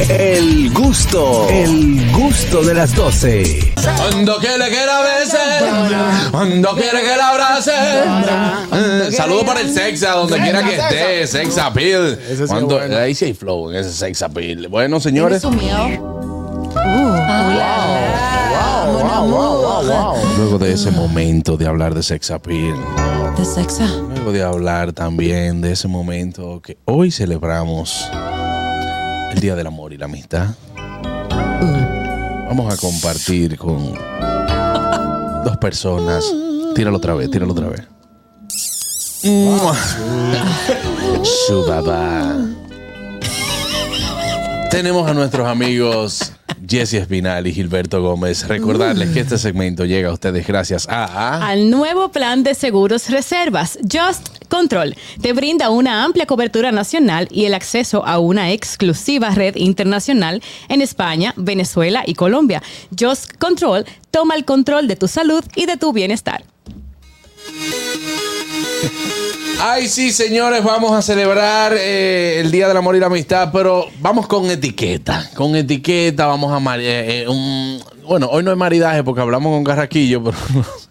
El gusto de las 12. Cuando quiere que la bese, cuando quiere que la abrace. Saludo para el Sexa, donde quiera que esté, Sex Appeal. Ahí sí hay flow en ese Sex Appeal. Bueno, señores. Luego de ese momento de hablar de Sex Appeal, de sexa, luego de hablar también de ese momento que hoy celebramos, el Día del Amor y la Amistad, vamos a compartir con dos personas. Tíralo otra vez. Su babá. Tenemos a nuestros amigos Jessy Espinal y Gilberto Gómez. Recordarles que este segmento llega a ustedes gracias al nuevo plan de seguros reservas Just Control. Te brinda una amplia cobertura nacional y el acceso a una exclusiva red internacional en España, Venezuela y Colombia. Just Control toma el control de tu salud y de tu bienestar. Ay, sí, señores, vamos a celebrar el Día del Amor y la Amistad, pero vamos con etiqueta. Con etiqueta vamos a... bueno, hoy no es maridaje porque hablamos con Carraquillo, pero...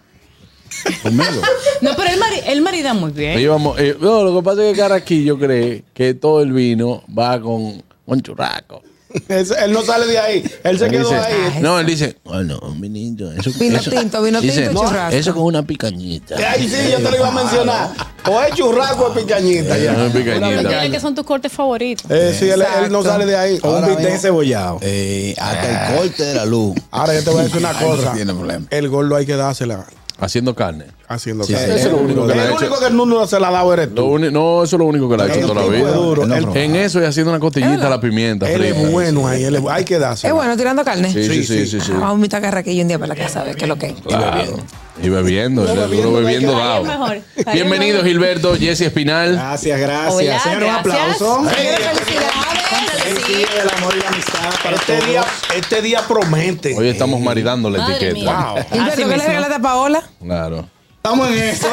Conmigo. No, pero él marida muy bien. No, lo que pasa es que Carraquillo cree que todo el vino va con churrasco. Él no sale de ahí. Él se quedó ahí. No, él dice, bueno, un vinito. Vino tinto, churrasco. Eso con una picañita. Ahí sí, yo te lo iba a mencionar. O es churrasco o es picañita. Dile que son tus cortes favoritos. Sí, él no sale de ahí. O un bistec cebollado. Hasta el corte de la luz. Ahora yo te voy a decir una cosa. Tiene problema. El gordo hay que dársela. Haciendo carne. Haciendo Sí, carne. eso es lo único que le ha hecho. El único que el mundo se la ha dado eres tú. No, eso es lo único que le ha hecho toda la vida. Duro. En eso y haciendo una costillita a la pimienta. Él es bueno ahí. Hay que dársela. Es bueno tirando carne. Sí. Vamos a invitar a Carraquillo un día para la casa a ver qué es lo que es. Claro. Y bebiendo. Bebiendo dado. Bienvenido, Gilberto, Jessy Espinal. Gracias. Hola, Señor, un aplauso. Felicidades. Día del amor y la amistad para este día promete. Hoy estamos maridando la Madre etiqueta. mía. Wow. Gilberto, ¿qué le regalaste a Paola? Claro. Estamos en eso.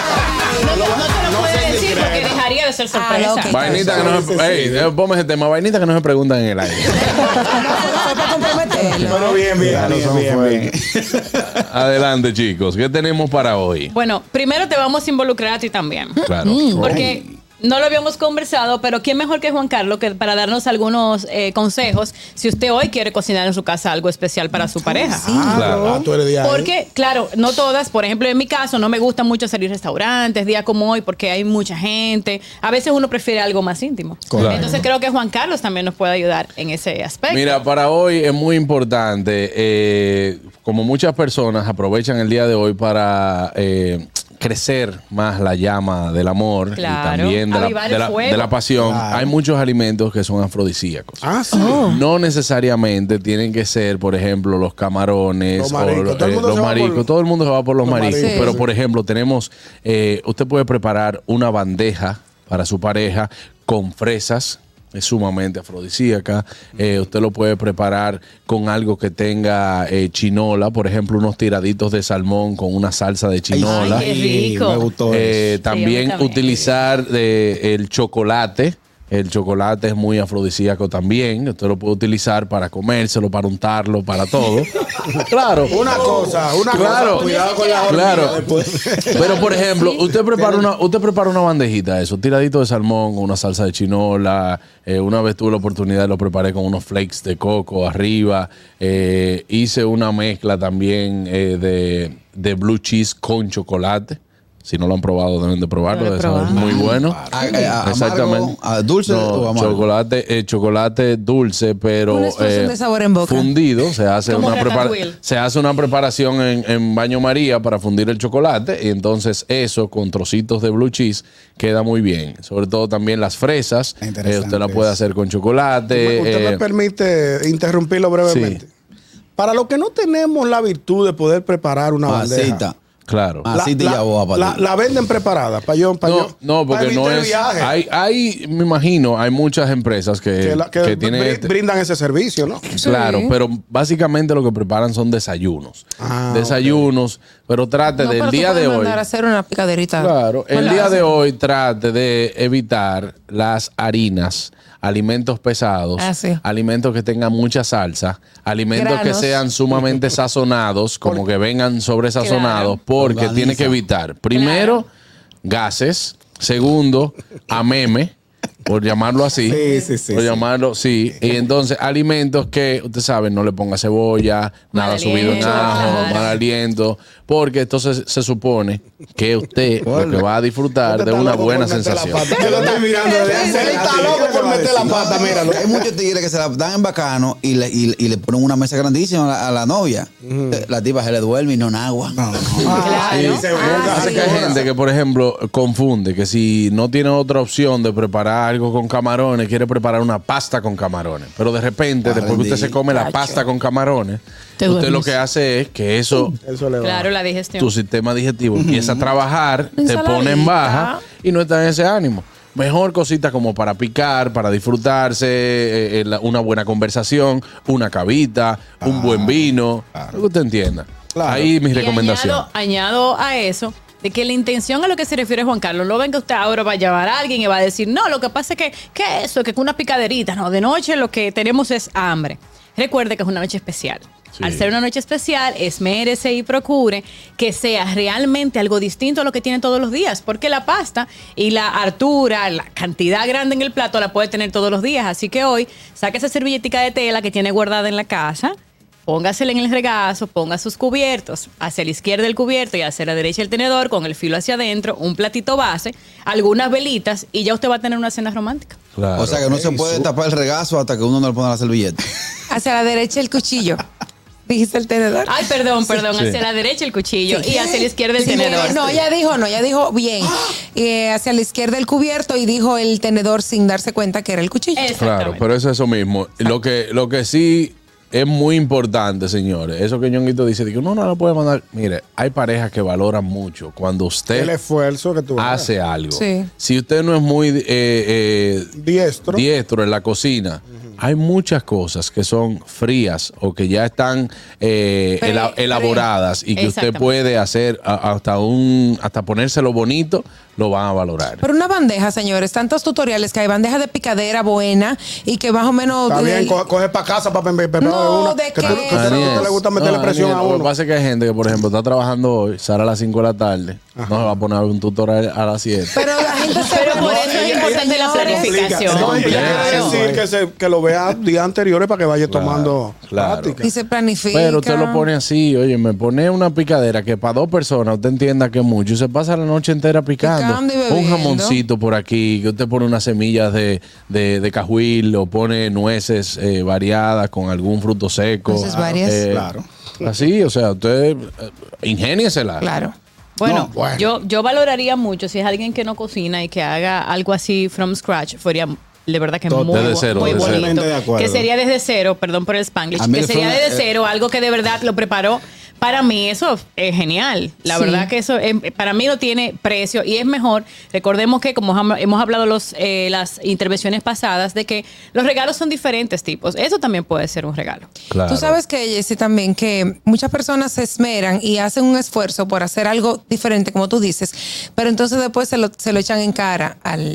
No te lo puede decir porque dejaría de ser sorpresa. ok. Vainita que no se... ponme ese tema. Vainita que no se preguntan en el aire. Para comprometerlo. Pero bien. Adelante, chicos. ¿Qué tenemos para hoy? Bueno, primero te vamos a involucrar a ti también. Claro. Porque no lo habíamos conversado, pero ¿quién mejor que Juan Carlos que para darnos algunos consejos si usted hoy quiere cocinar en su casa algo especial para su pareja? Claro. Tú eres de ahí. Porque, claro, no todas, por ejemplo, en mi caso, no me gusta mucho salir a restaurantes, días como hoy, porque hay mucha gente. A veces uno prefiere algo más íntimo. Claro. Entonces creo que Juan Carlos también nos puede ayudar en ese aspecto. Mira, para hoy es muy importante, como muchas personas aprovechan el día de hoy para crecer más la llama del amor y también de la pasión. Claro. Hay muchos alimentos que son afrodisíacos. Sí. No necesariamente tienen que ser, por ejemplo, los camarones los mariscos. los mariscos. Todo el mundo se va por los mariscos. mariscos. Pero, por ejemplo, tenemos, usted puede preparar una bandeja para su pareja con fresas. Es sumamente afrodisíaca. Usted lo puede preparar con algo que tenga chinola, por ejemplo, unos tiraditos de salmón con una salsa de chinola. Ay, qué rico. Me gustó También Sí, utilizar el chocolate. El chocolate es muy afrodisíaco también. Usted lo puede utilizar para comérselo, para untarlo, para todo. Claro. Una cosa. Cuidado con la Claro. después. Pero, por ejemplo, usted prepara una bandejita, eso, tiradito de salmón con una salsa de chinola. Una vez tuve la oportunidad, lo preparé con unos flakes de coco arriba. Hice una mezcla también de blue cheese con chocolate. Si no lo han probado, deben de probarlo. Debe saber muy bueno. Exactamente. ¿Dulce o amargo? Chocolate dulce, pero Una explosión de sabor en boca. fundido. Se hace una preparación en baño María para fundir el chocolate. Y entonces eso con trocitos de blue cheese queda muy bien. Sobre todo también las fresas. Usted la puede hacer con chocolate. ¿Usted me permite interrumpirlo brevemente? Sí. Para los que no tenemos la virtud de poder preparar una bandeja. Claro. La venden preparada para yo. No, porque no es. Me imagino, hay muchas empresas que tienen. Brindan ese servicio, ¿no? Claro, pero básicamente lo que preparan son desayunos. Desayunos, pero trate del día de hoy. A hacer una picaderita. Claro, el día de hoy trate de evitar las harinas alimentos pesados, alimentos que tengan mucha salsa, alimentos que sean sumamente sazonados, como que vengan sobresazonados, porque tiene que evitar, primero, gases, segundo, ameme, por llamarlo así. Por llamarlo, sí. Y entonces, alimentos que, usted sabe, no le ponga cebolla, nada subido en ajo, mal aliento, porque entonces se supone que usted lo que va a disfrutar de una buena sensación. Yo lo estoy mirando. Él está loco por meter la pata, míralo. Hay muchos tigres que se la dan en bacano y le ponen una mesa grandísima a la novia. La tipa se le duerme y no en agua. Claro. Así que hay gente que, por ejemplo, confunde que si no tiene otra opción de preparar algo con camarones, quiere preparar una pasta con camarones. Pero de repente, después que usted se come la pasta con camarones, usted lo que hace es que eso le va. Claro, la digestión. Tu sistema digestivo empieza a trabajar, te pone en baja y no está en ese ánimo. Mejor cositas como para picar, para disfrutarse, una buena conversación, una cavita, un buen vino, lo que usted entienda. Claro. Ahí mi recomendación. Añado a eso de que la intención a lo que se refiere Juan Carlos, no ven que usted ahora va a llevar a alguien y va a decir, no, lo que pasa es que eso, que una picaderita, no, de noche lo que tenemos es hambre. Recuerde que es una noche especial. Sí. Al ser una noche especial, esmérese y procure que sea realmente algo distinto a lo que tiene todos los días, porque la pasta y la hartura, la cantidad grande en el plato la puede tener todos los días. Así que hoy, saque esa servilletica de tela que tiene guardada en la casa, póngasela en el regazo, ponga sus cubiertos hacia la izquierda el cubierto y hacia la derecha el tenedor con el filo hacia adentro, un platito base, algunas velitas y ya usted va a tener una cena romántica. Claro. O sea que no se puede tapar el regazo hasta que uno no le ponga la servilleta. Hacia la derecha el cuchillo. Dijiste el tenedor. Ay, perdón. Hacia la derecha el cuchillo y hacia la izquierda el tenedor. No, ella dijo bien. Hacia la izquierda el cubierto y dijo el tenedor sin darse cuenta que era el cuchillo. Claro, pero es eso mismo. Lo que sí es muy importante, señores. Eso que Ñonguito dice, que uno no lo puede mandar. Mire, hay parejas que valoran mucho cuando usted el esfuerzo que tú hace algo. Sí. Si usted no es muy diestro en la cocina, hay muchas cosas que son frías o que ya están elaboradas y que usted puede hacer hasta ponérselo bonito, lo van a valorar. Pero una bandeja, señores, tantos tutoriales que hay, bandeja de picadera buena y que más o menos... También coge para casa para no, una. ¿de qué? No le gusta meterle presión a uno. Lo que pasa es que hay gente que, por ejemplo, está trabajando hoy, sale a las 5 de la tarde, no se va a poner un tutorial a las 7. Pero la gente por eso es importante la planificación. No, quiere decir que lo vea días anteriores para que vaya tomando práctica. Y se planifica. Pero usted lo pone así, oye, me pone una picadera que para 2 personas usted entienda que es mucho y se pasa la noche entera picando. Un jamoncito por aquí, que usted pone unas semillas de cajuil o pone nueces variadas con algún fruto seco. Nueces varias. Claro. Así, o sea, usted ingéniesela. Claro. Bueno, yo valoraría mucho si es alguien que no cocina y que haga algo así from scratch, fuera de verdad que muy bonito. Que sería desde cero, perdón por el Spanglish, que sería desde cero, algo que de verdad lo preparó. Para mí eso es genial. La verdad que eso para mí no tiene precio y es mejor. Recordemos que como hemos hablado las intervenciones pasadas de que los regalos son diferentes tipos. Eso también puede ser un regalo. Claro. Tú sabes que, Jessy, también que muchas personas se esmeran y hacen un esfuerzo por hacer algo diferente, como tú dices, pero entonces después se lo echan en cara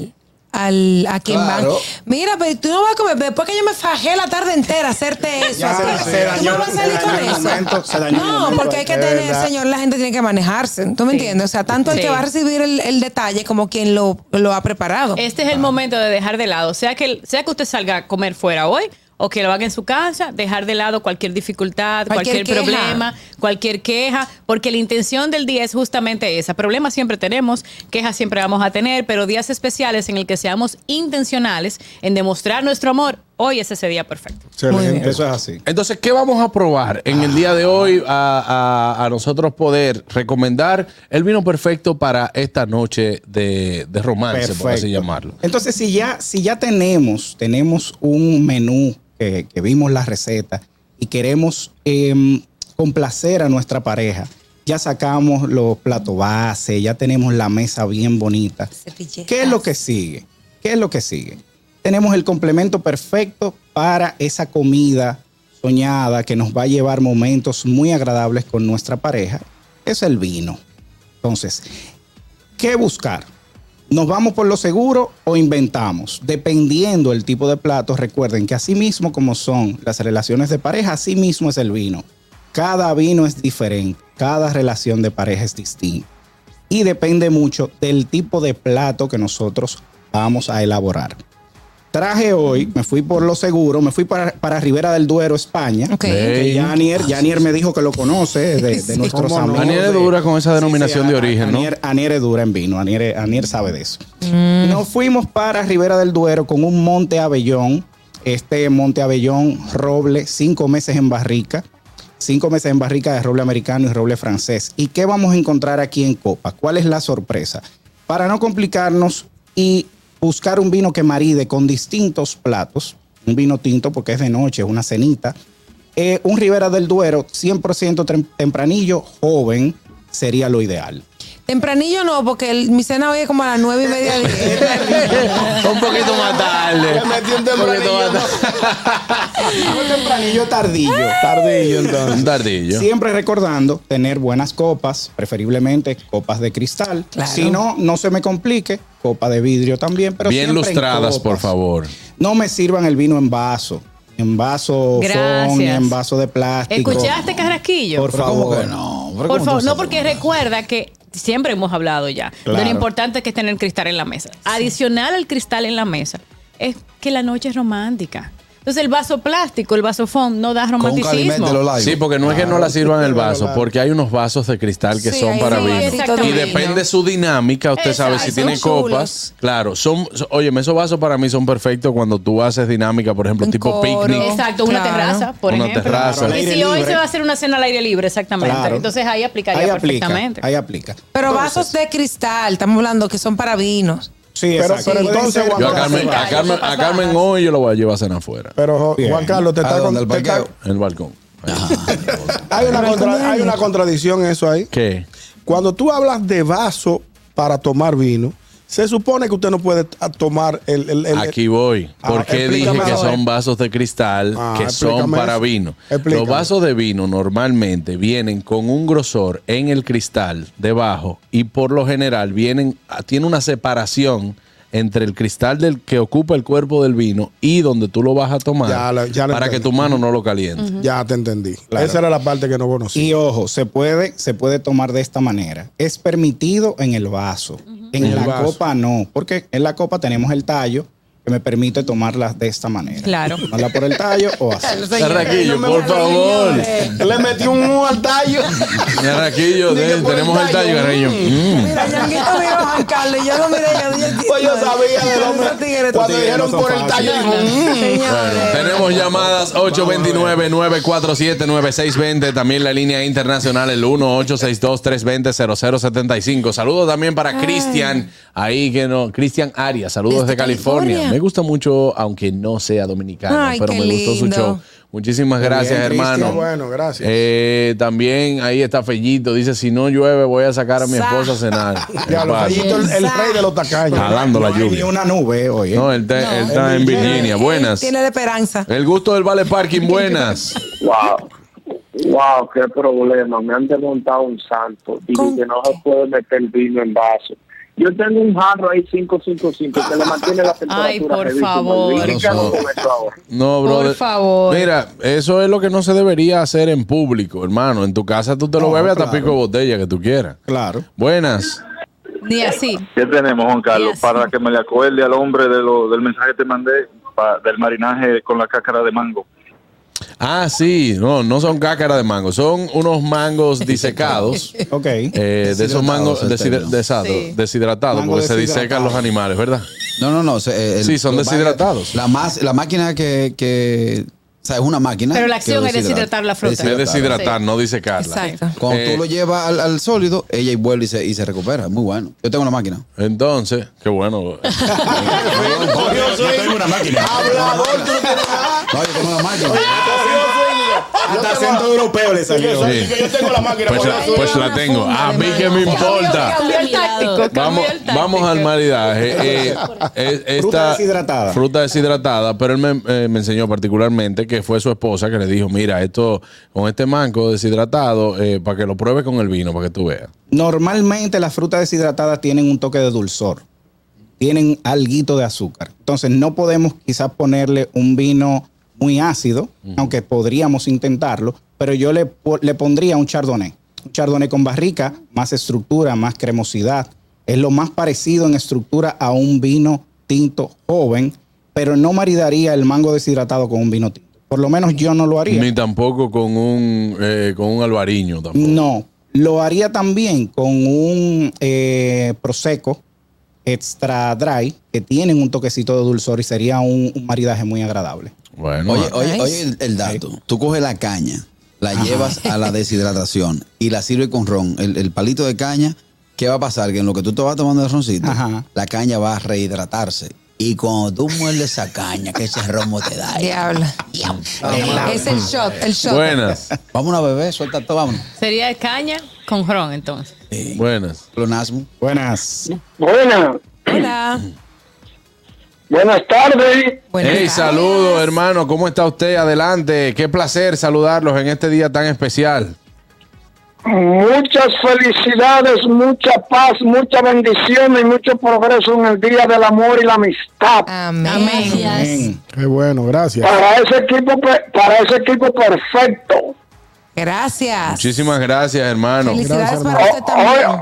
a quien van. Mira, pero tú no vas a comer. Después que yo me fajé la tarde entera hacerte eso. ¿Tú no vas a salir con eso? No, porque hay que tener, señor, la gente tiene que manejarse. ¿Tú me entiendes? O sea, tanto el que va a recibir el detalle como quien lo ha preparado. Este es el momento de dejar de lado. Sea que usted salga a comer fuera hoy o que lo haga en su casa, dejar de lado cualquier dificultad, cualquier problema, cualquier queja, porque la intención del día es justamente esa. Problemas siempre tenemos, quejas siempre vamos a tener, pero días especiales en el que seamos intencionales en demostrar nuestro amor, hoy es ese día perfecto. Excelente, eso es así. Entonces, ¿qué vamos a probar en el día de hoy a nosotros poder recomendar el vino perfecto para esta noche de romance, por así llamarlo? Entonces, si ya tenemos un menú que vimos la receta y queremos complacer a nuestra pareja, ya sacamos los platos base, ya tenemos la mesa bien bonita. ¿Qué es lo que sigue? Tenemos el complemento perfecto para esa comida soñada que nos va a llevar momentos muy agradables con nuestra pareja. Es el vino. Entonces, ¿qué buscar? ¿Nos vamos por lo seguro o inventamos? Dependiendo del tipo de plato, recuerden que así mismo como son las relaciones de pareja, así mismo es el vino. Cada vino es diferente, cada relación de pareja es distinta. Y depende mucho del tipo de plato que nosotros vamos a elaborar. Traje hoy, me fui por lo seguro, me fui para Ribera del Duero, España. Ok. Yanier me dijo que lo conoce de nuestros amigos. Anier es dura con esa denominación de origen, ¿no? Anier es dura en vino, Anier sabe de eso. Nos fuimos para Ribera del Duero con un Monte Abellón. Este Monte Abellón roble, 5 meses en barrica. 5 meses en barrica de roble americano y roble francés. ¿Y qué vamos a encontrar aquí en copa? ¿Cuál es la sorpresa? Para no complicarnos y buscar un vino que maride con distintos platos, un vino tinto porque es de noche, es una cenita, un Ribera del Duero 100% tempranillo, joven, sería lo ideal. Tempranillo no, porque mi cena hoy es como a las 9:30. Un poquito más tarde. Le metí un tempranillo. Un tempranillo tardillo. Tardillo, entonces. Un tardillo. Siempre recordando tener buenas copas, preferiblemente copas de cristal. Claro. Si no, no se me complique, copa de vidrio también, pero Bien siempre en lustradas, por copas. favor. No me sirvan el vino en vaso Gracias. foam, ni en vaso de plástico. ¿Escuchaste, Carrasquillo? Por Pero ¿cómo favor. que no? Por favor, no, porque recuerda que siempre hemos hablado ya de Claro. lo importante que es tener cristal en la mesa. Adicional al cristal en la mesa es que la noche es romántica. Entonces el vaso plástico, el vaso foam no da Con un romanticismo. calimete lo largo. Sí, porque no es que no la sirvan en el vaso, porque hay unos vasos de cristal que Sí, son hay para unos vino. vasitos de Y vino. depende su dinámica, usted sabe si Exacto. tiene Son copas. Claro, óyeme, esos vasos para mí son perfectos cuando tú haces dinámica, por ejemplo, Un tipo coro. picnic. Exacto, una Claro. terraza, por Una ejemplo. terraza. Claro, al Y aire si hoy libre. se va a hacer una cena al aire libre, exactamente. Claro. Entonces ahí aplicaría Ahí aplica, perfectamente. ahí aplica. Pero Entonces, vasos de cristal, estamos hablando que son para vinos. Sí, Pero- exacto. pero Pueden entonces, ser Juan Yo a Carlos, Carmen hoy yo lo voy a llevar a cenar afuera, Pero Bien. Juan Carlos, ¿A dónde, el parqueo? en el balcón. hay una contradicción en eso ahí. ¿Qué? Cuando tú hablas de vaso para tomar vino, se supone que usted no puede tomar el Aquí voy. ¿Por qué dije explícame que ahora. son vasos de cristal que son explícame para eso. vino? Explícame. Los vasos de vino normalmente vienen con un grosor en el cristal debajo y por lo general tiene una separación entre el cristal del que ocupa el cuerpo del vino y donde tú lo vas a tomar Ya lo para que entendí. tu mano no lo caliente. Ya te entendí. Claro. Esa era la parte que no conocí. Y ojo, se puede tomar de esta manera. Es permitido en el vaso. En el la vaso. copa no, porque en la copa tenemos el tallo que me permite tomarla de esta manera. Claro. Tomarla por el tallo o así. Carraquillo, por favor. Le metí un al tallo. Carraquillo, Dije, por tenemos el tallo, Carraquillo. Mira, Yanguito miró a Juan Carlos y yo lo miré y yo dije, Pues yo sabía del hombre. Esos tigres Cuando son- dijeron no son por el tallo, fáciles. dijo, Señores. Tenemos llamadas 829-947-9620. También la línea internacional, el 1-862-320-0075. Saludos también para Cristian, ahí que no, Cristian Arias. Saludos Desde desde California. California. Me gusta mucho, aunque no sea dominicano, Ay, pero qué me gustó su lindo. show. Muchísimas gracias, bien, hermano. Cristian. Bueno, gracias. También ahí está Fellito. Dice: si no llueve, voy a sacar a mi esposa a cenar. Ya, lo Fellito, el rey de los tacaños. Jalando la No hay ni lluvia. una nube hoy. ¿eh? No, él está en Virginia. Buenas. Tiene la esperanza. El gusto del Vale Parking, buenas. Wow, qué problema. Me han desmontado un santo. Digo que no se puede meter vino en vaso. Yo tengo un jarro ahí 555 que le mantiene la temperatura. Ay, por redísima. favor. ¿Y qué hago con eso ahora? No, brother. Por favor. Mira, eso es lo que no se debería hacer en público, hermano. En tu casa tú te lo No, bebes hasta claro. pico de botella que tú quieras. Claro. Buenas. Ni así. ¿Qué tenemos, Juan Carlos? Yes. Para que me le acuerde al hombre del mensaje que te mandé del marinaje con la cáscara de mango. Ah, sí. No son cácaras de mango. Son unos mangos disecados. Ok. De esos mangos Deshidratados, el deshidratados, Mango porque se deshidratados. disecan los animales, ¿verdad? No. Sí, son deshidratados. La máquina que o sea, es una máquina. Pero la que acción es deshidratar la fruta. Es deshidratar, no disecarla. Exacto. Cuando Eh, tú lo llevas al sólido, ella vuelve y se recupera. Muy bueno. Yo tengo una máquina. Entonces, qué bueno. Yo tengo una máquina. No, yo tengo una máquina. Hasta acento europeo le salió. Sí. Yo tengo la máquina. Pues la tengo. A mí que me importa. Cambió el táctico. Vamos al maridaje. Fruta deshidratada. Fruta deshidratada, pero él me enseñó particularmente que fue su esposa que le dijo: mira, esto con este mango deshidratado, para que lo pruebes con el vino, para que tú veas. Normalmente las frutas deshidratadas tienen un toque de dulzor. tienen alguito de azúcar. Entonces no podemos quizás ponerle un vino muy ácido, aunque podríamos intentarlo, pero yo le pondría un chardonnay. Un chardonnay con barrica, más estructura, más cremosidad. Es lo más parecido en estructura a un vino tinto joven, pero no maridaría el mango deshidratado con un vino tinto. Por lo menos yo no lo haría. Ni tampoco con un albariño. Tampoco. No, lo haría también con un prosecco extra dry que tienen un toquecito de dulzor y sería un maridaje muy agradable. Bueno, Oye, el dato. Tú coges la caña, la llevas a la deshidratación y la sirves con ron. El palito de caña, ¿qué va a pasar? Que en lo que tú te vas tomando el roncito, la caña va a rehidratarse. Y cuando tú muerdes esa caña, que ese romo te da. Diablo. Es el shot. Buenas. Vámonos a beber, suelta todo, vámonos. Sería de caña con ron, entonces. Buenas. Plonasmo. Buenas. Buenas. Hola. Buenas tardes. Hey, saludos, hermano. ¿Cómo está usted? Adelante. Qué placer saludarlos en este día tan especial. Muchas felicidades, mucha paz, mucha bendición y mucho progreso en el Día del Amor y la Amistad. Amén. Qué bueno, gracias. Para ese equipo perfecto. Gracias. Muchísimas gracias, hermano. Felicidades Gracias, para usted también.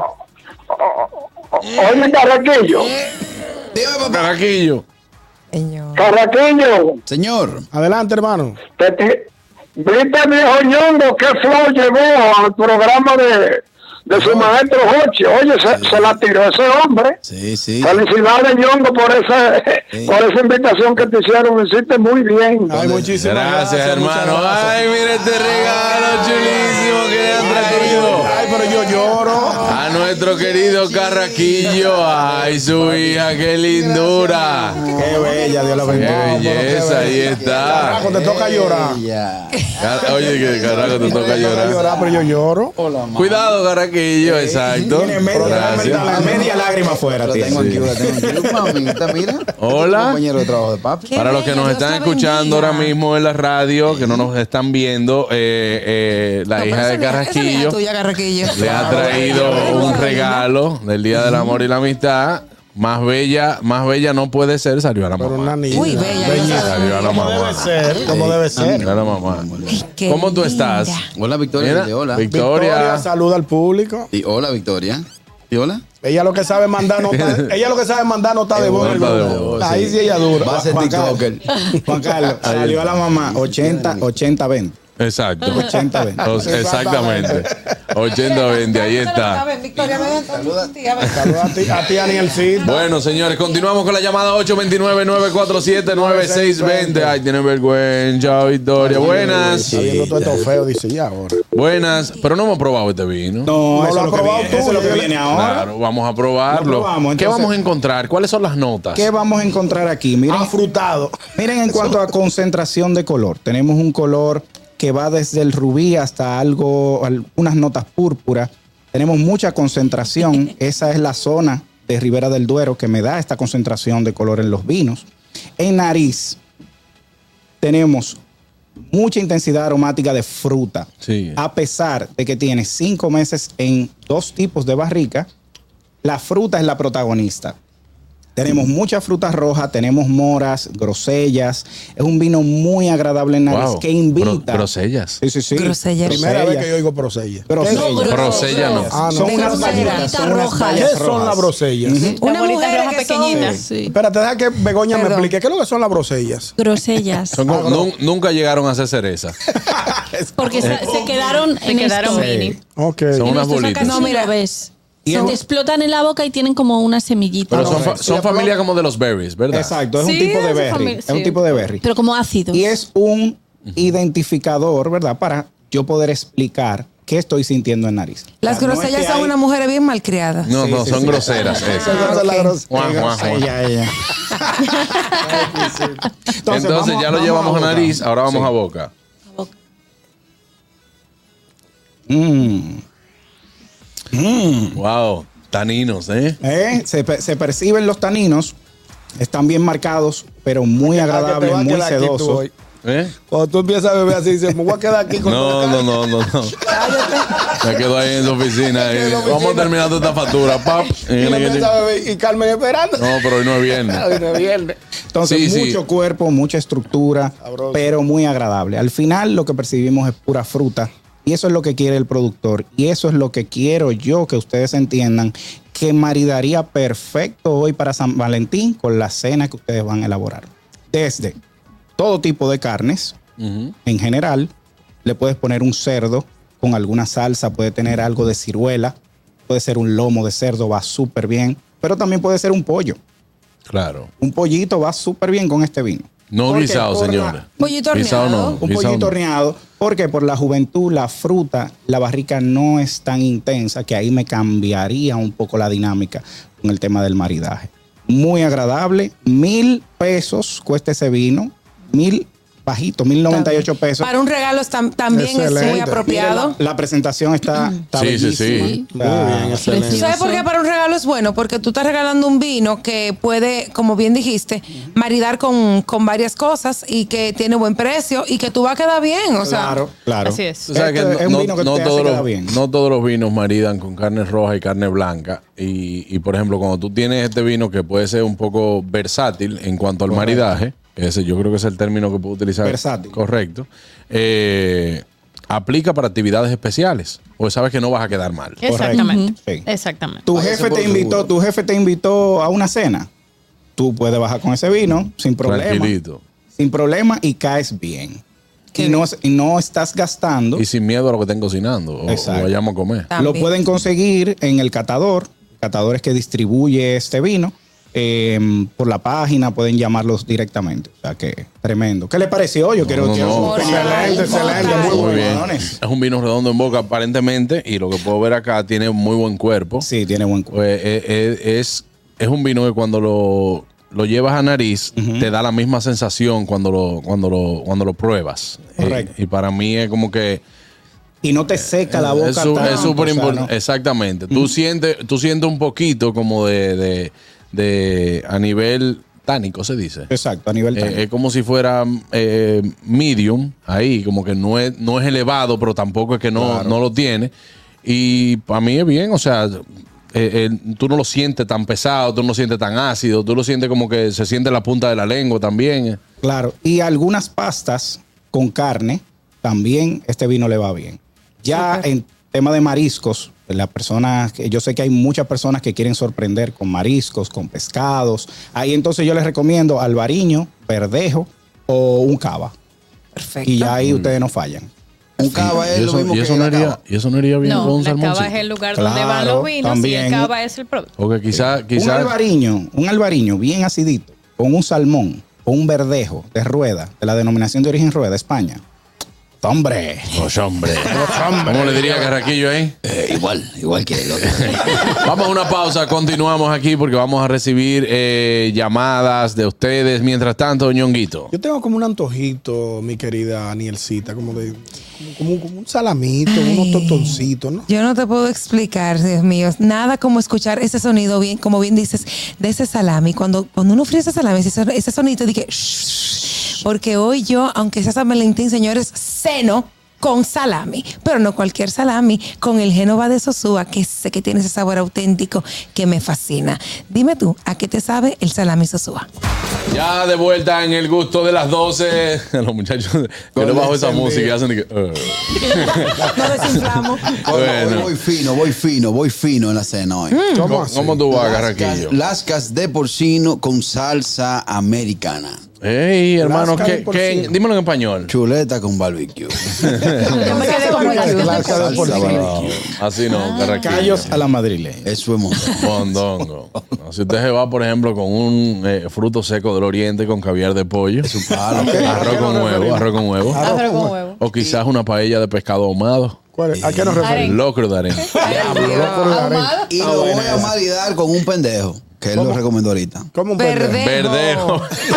Oye, Carraquillo. Dime, papá. Caraquillo. Señor. Carraquillo. Señor. Adelante, hermano. ¿Viste, viejo Ñongo, qué flow llevó al programa de su maestro Jochi? Oye, se la tiró ese hombre. Sí, sí. Felicidades, Ñongo, por esa invitación que te hicieron. Lo hiciste muy bien. Ay, muchísimas Gracias, hermano. muchas gracias. Ay, mire este regalo chulísimo que le han traído. Ay, pero yo lloro. A nuestro querido Carraquillo. Ay, su hija, qué lindura. Qué bella, Dios la Qué bendiga. belleza, ahí está. Carajo, te toca llorar. Oye, que carajo te toca Te toca llorar. llorar, pero yo lloro. Cuidado, Carraquillo, exacto. Tiene media lágrima afuera. Lo tengo aquí, lo tengo aquí. Mamita, mira. Hola. Compañero de trabajo de papi. Qué Para los que bello, nos Dios están la escuchando bendiga. ahora mismo en la radio, que no nos están viendo, la No, hija pero de esa Carraquillo hija tuya, Carraquillo. le ha traído un regalo del Día del Amor y la Amistad. Más bella no puede ser, salió a la Pero una mamá. niña. Muy bella, Bellísima. Salió a la Como mamá. debe ser, como debe ser. Salió a la mamá. Qué ¿Cómo tú estás? linda. Hola, Victoria. Mira, Dile hola. Victoria. Saluda al público. Y hola, Victoria. ¿Y hola? Ella lo que sabe mandar nota, ella lo que sabe mandar nota de voz. Nota de voz, Ahí sí ella dura. Va a ser Juan Carlos. TikToker. Juan Carlos, salió a la mamá 80-20. Exacto. 80-20. Exactamente. 80-20, ahí está. Victoria, ven, Saluda a ti, Anielcito. Bueno, señores, continuamos con la llamada 829-947-9620. Ay, tiene vergüenza, Victoria. Buenas. Está viendo todo esto feo, dice, y ahora. Buenas. Pero no hemos probado este vino. No, No eso lo es has lo que probado viene, tú, eso es lo que yo le- viene ahora. Claro, vamos a probarlo. Lo probamos, ¿Qué entonces- vamos a encontrar? ¿Cuáles son las notas? ¿Qué vamos a encontrar aquí? Miren, Afrutado. miren en cuanto a concentración de color. Tenemos un color que va desde el rubí hasta algunas notas púrpuras. Tenemos mucha concentración. Esa es la zona de Ribera del Duero que me da esta concentración de color en los vinos. En nariz tenemos mucha intensidad aromática de fruta. Sí. A pesar de que tiene 5 meses en 2 tipos de barrica, la fruta es la protagonista. Tenemos mucha fruta roja, tenemos moras, grosellas. Es un vino muy agradable en nariz Wow. que invita. Grosellas. Sí, sí, sí. Grosellas. Primera vez que yo oigo prosella. Grosellas. Grosella no. Ah, no. Son De unas grosella. bolitas, son unas Roja. bayas ¿Qué son rojas. las brosellas? Una Las bolitas mujer rojas que son- pequeñitas. Sí. Espérate, deja que Begoña me Perdón. explique. ¿Qué es lo que son las brosellas? Grosellas. Son como- nunca llegaron a ser cereza. Porque se quedaron en quedaron esto. mini. Ok. Son En unas esto bolitas. casi No, ni mira. lo ves. Y Se es- te explotan en la boca y tienen como una semillita. Pero Pero, son familia como de los berries, ¿verdad? Exacto, es un Sí, tipo de es berry. familia, Es un sí. tipo de berry. como ácidos. Y es un identificador, ¿verdad? Para yo poder explicar qué estoy sintiendo en nariz. Las No es grosellas que son hay- unas mujeres bien malcriadas. No, Sí, no, sí, son sí. groseras. esas. Esa es la ok. grosella. Juan, Juan, Juan. Ella. Entonces vamos- ya lo vamos llevamos a boca. nariz, ahora vamos Sí. a boca. Wow, taninos, ¿eh? Se perciben los taninos, están bien marcados, pero muy agradables, muy sedosos. Cuando tú empiezas a beber así, dices, me voy a quedar aquí con No. Me quedo ahí en su oficina. Vamos terminando esta factura, pap. Y la empieza a beber y Carmen esperando. No, pero hoy no es viernes. Hoy no es viernes. Entonces, mucho cuerpo, mucha estructura, pero muy agradable. Al final, lo que percibimos es pura fruta. Y eso es lo que quiere el productor. Y eso es lo que quiero yo que ustedes entiendan, que maridaría perfecto hoy para San Valentín con la cena que ustedes van a elaborar. Desde todo tipo de carnes, en general, le puedes poner un cerdo con alguna salsa, puede tener algo de ciruela, puede ser un lomo de cerdo, va súper bien, pero también puede ser un pollo. Claro. Un pollito va súper bien con este vino. No guisado, señores. Pollito horneado. Guisado no. Un pollito horneado, porque por la juventud, la fruta, la barrica no es tan intensa, que ahí me cambiaría un poco la dinámica con el tema del maridaje. Muy agradable, 1,000 pesos cuesta ese vino, 1,000 bajito, 1,098 pesos. Para un regalo también es muy apropiado. Mira, la presentación está bellísima. Sí. Muy bien, excelente. ¿Sabes por qué para un regalo es bueno? Porque tú estás regalando un vino que puede, como bien dijiste, maridar con varias cosas y que tiene buen precio y que tú vas a quedar bien. O sea, claro. Así es. O sea, que Es un vino que te hace quedar bien. no todos los vinos maridan con carne roja y carne blanca. Y por ejemplo, cuando tú tienes este vino que puede ser un poco versátil en cuanto al maridaje, ese yo creo que es el término que puedo utilizar. Versátil. Correcto. Aplica para actividades especiales. O sabes que no vas a quedar mal. Exactamente. Sí. Exactamente. Tu jefe te invitó a una cena. Tú puedes bajar con ese vino sin problema. Tranquilito. Sin problema y caes bien. Y no estás gastando. Y sin miedo a lo que estén cocinando. O vayamos a comer. Lo pueden conseguir en el catador. El catador es que distribuye este vino. Por la página pueden llamarlos directamente. O sea que tremendo. ¿Qué le pareció? Yo quiero excelente, muy bien. bueno. Es un vino redondo en boca aparentemente y lo que puedo ver acá tiene muy buen cuerpo. Sí, tiene buen cuerpo. Es un vino que cuando lo llevas a nariz te da la misma sensación cuando lo pruebas. Correcto. Y para mí es como que y no te seca la boca. Es súper importante. Exactamente. Tú sientes un poquito como de a nivel tánico, se dice. Exacto, a nivel tánico. Es como si fuera medium, ahí, como que no es elevado, pero tampoco es que no lo tiene. Y para mí es bien, o sea, tú no lo sientes tan pesado, tú no lo sientes tan ácido, tú lo sientes como que se siente la punta de la lengua también. Claro, y algunas pastas con carne, también este vino le va bien. Ya en tema de mariscos, yo sé que hay muchas personas que quieren sorprender con mariscos, con pescados. Ahí entonces yo les recomiendo albariño, verdejo o un cava. Perfecto. Y ya ahí ustedes no fallan. Un cava es lo mismo que la cava. Y eso no iría bien con un la salmón. cava es el lugar donde van los vinos también. y el cava es el producto. Porque quizá Un albariño bien acidito, con un salmón o un verdejo de rueda, de la denominación de origen rueda, España. ¡Hombre! Hombre. ¿Cómo le diría Carraquillo ahí? Igual que el otro. Vamos a una pausa, continuamos aquí porque vamos a recibir llamadas de ustedes. Mientras tanto, Ñonguito. Yo tengo como un antojito, mi querida Anielcita, como un salamito, unos tostoncitos, ¿no? Yo no te puedo explicar, Dios mío, nada como escuchar ese sonido bien, como bien dices, de ese salami. Cuando uno fríe ese salami, ese sonido, dije, porque hoy yo, aunque sea San Valentín, señores, ceno con salami, pero no cualquier salami, con el Génova de Sosúa, que sé que tiene ese sabor auténtico que me fascina. Dime tú, ¿a qué te sabe el salami Sosúa? Ya de vuelta en el gusto de las 12. Los muchachos que no bajo esa música y hacen de que. No desinflamos. Bueno. Voy fino en la cena hoy. ¿Cómo tú vas, Carraquillo? Lascas de porcino con salsa americana. Ey, hermano, dímelo en español. Chuleta con barbecue. Yo me quedé con Lasca de porcino. Así no, Carraquillo. Callos a la madrileña. Eso es mondongo. Si usted se va, por ejemplo, con un fruto seco del oriente con caviar de pollo, arroz con huevo. O quizás una paella de pescado ahumado. ¿A qué nos referimos? Locro de arena. Y lo voy a maridar con un pendejo, que él lo recomendó ahorita. ¿Cómo un Verdejo.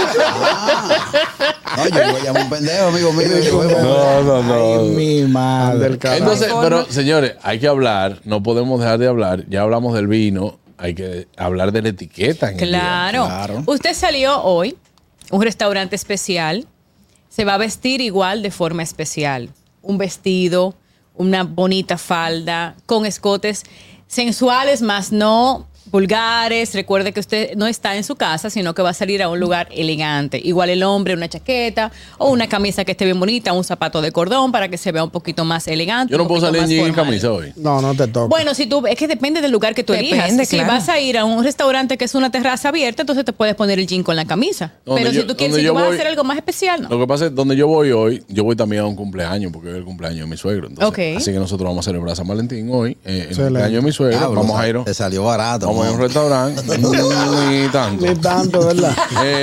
No, yo voy a llamar un pendejo, amigo mío. No. Ay, mi madre. Entonces, pero señores, hay que hablar, no podemos dejar de hablar. Ya hablamos del vino, hay que hablar de la etiqueta. Claro. Usted salió hoy, un restaurante especial, se va a vestir igual de forma especial. Un vestido, una bonita falda, con escotes sensuales, más no vulgares. Recuerde que usted no está en su casa, sino que va a salir a un lugar elegante. Igual el hombre, una chaqueta o una camisa que esté bien bonita, un zapato de cordón para que se vea un poquito más elegante. Yo no puedo salir en camisa hoy. No te toca. Bueno, es que depende del lugar que tú elijas. Si vas a ir a un restaurante que es una terraza abierta, entonces te puedes poner el jean con la camisa. Pero si tú quieres, si tú vas a hacer algo más especial, no. Lo que pasa es donde yo voy hoy, yo voy también a un cumpleaños, porque es el cumpleaños de mi suegro. Entonces, así que nosotros vamos a celebrar San Valentín hoy, el cumpleaños de mi suegro. Vamos a ir. Te salió barato. Vamos a ir a un restaurante. Ni tanto. Ni tanto, ¿verdad?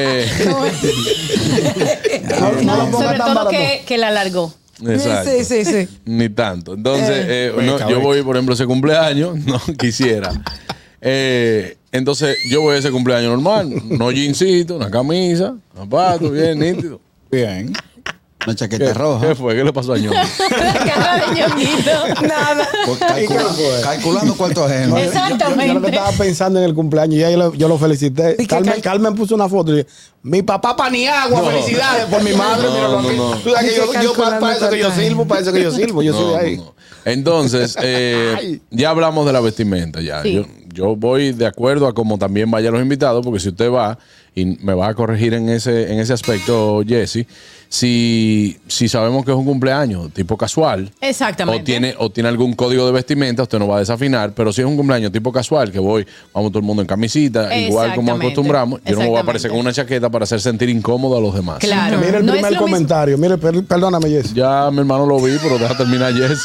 Sobre todo que la alargó. Exacto. Sí. Ni tanto. Entonces, yo voy, por ejemplo, a ese cumpleaños, no quisiera. Entonces, yo voy a ese cumpleaños normal, no jeansito, una camisa, zapatos, bien nítido. Bien. Una chaqueta roja. ¿Qué fue? ¿Qué le pasó a Ñonguito? La cara de Ñonguito. Nada. Calculando cuánto ajeno. Exactamente. Yo lo que estaba pensando en el cumpleaños, y yo lo felicité. Carmen puso una foto y dije, mi papá Paniagua, felicidades por mi madre. Tú sabes que yo para eso que yo sirvo, yo soy de ahí. Entonces, ya hablamos de la vestimenta ya. Sí. Yo voy de acuerdo a cómo también vayan los invitados, porque si usted va, y me va a corregir en ese aspecto, Jessy, si sabemos que es un cumpleaños tipo casual, exactamente, o tiene algún código de vestimenta, usted no va a desafinar, pero si es un cumpleaños tipo casual, que vamos todo el mundo en camisita, igual como acostumbramos, yo no me voy a aparecer con una chaqueta para hacer sentir incómodo a los demás. Claro. Mire el primer comentario, perdóname, Jessy. Ya mi hermano lo vi, pero deja terminar, Jessy.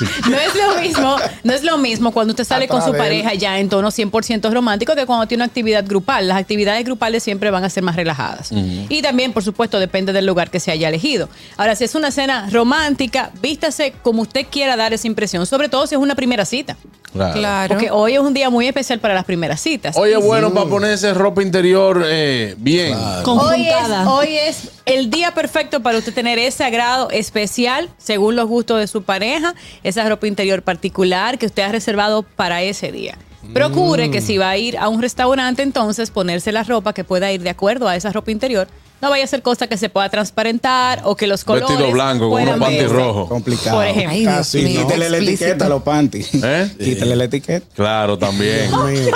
No es lo mismo cuando usted sale con su pareja ya en tono 100% romántico que cuando tiene una actividad grupal. Las actividades grupales siempre van a ser más relajadas. Y también, por supuesto, depende del lugar que se haya elegido. Ahora, si es una cena romántica, vístase como usted quiera dar esa impresión, sobre todo si es una primera cita. Claro. Porque hoy es un día muy especial para las primeras citas. Hoy es bueno para ponerse ropa interior bien. Conjuntada. Hoy es el día perfecto para usted tener ese agrado especial, según los gustos de su pareja, esa ropa interior particular que usted ha reservado para ese día. Procure que si va a ir a un restaurante, entonces ponerse la ropa que pueda ir de acuerdo a esa ropa interior. No vaya a ser cosa que se pueda transparentar o que los colores. Vestido blanco con unos panties rojos. Complicado. Por ejemplo. Ay, Dios mío, Quítale la etiqueta a los panties. Quítale la etiqueta. Claro, también.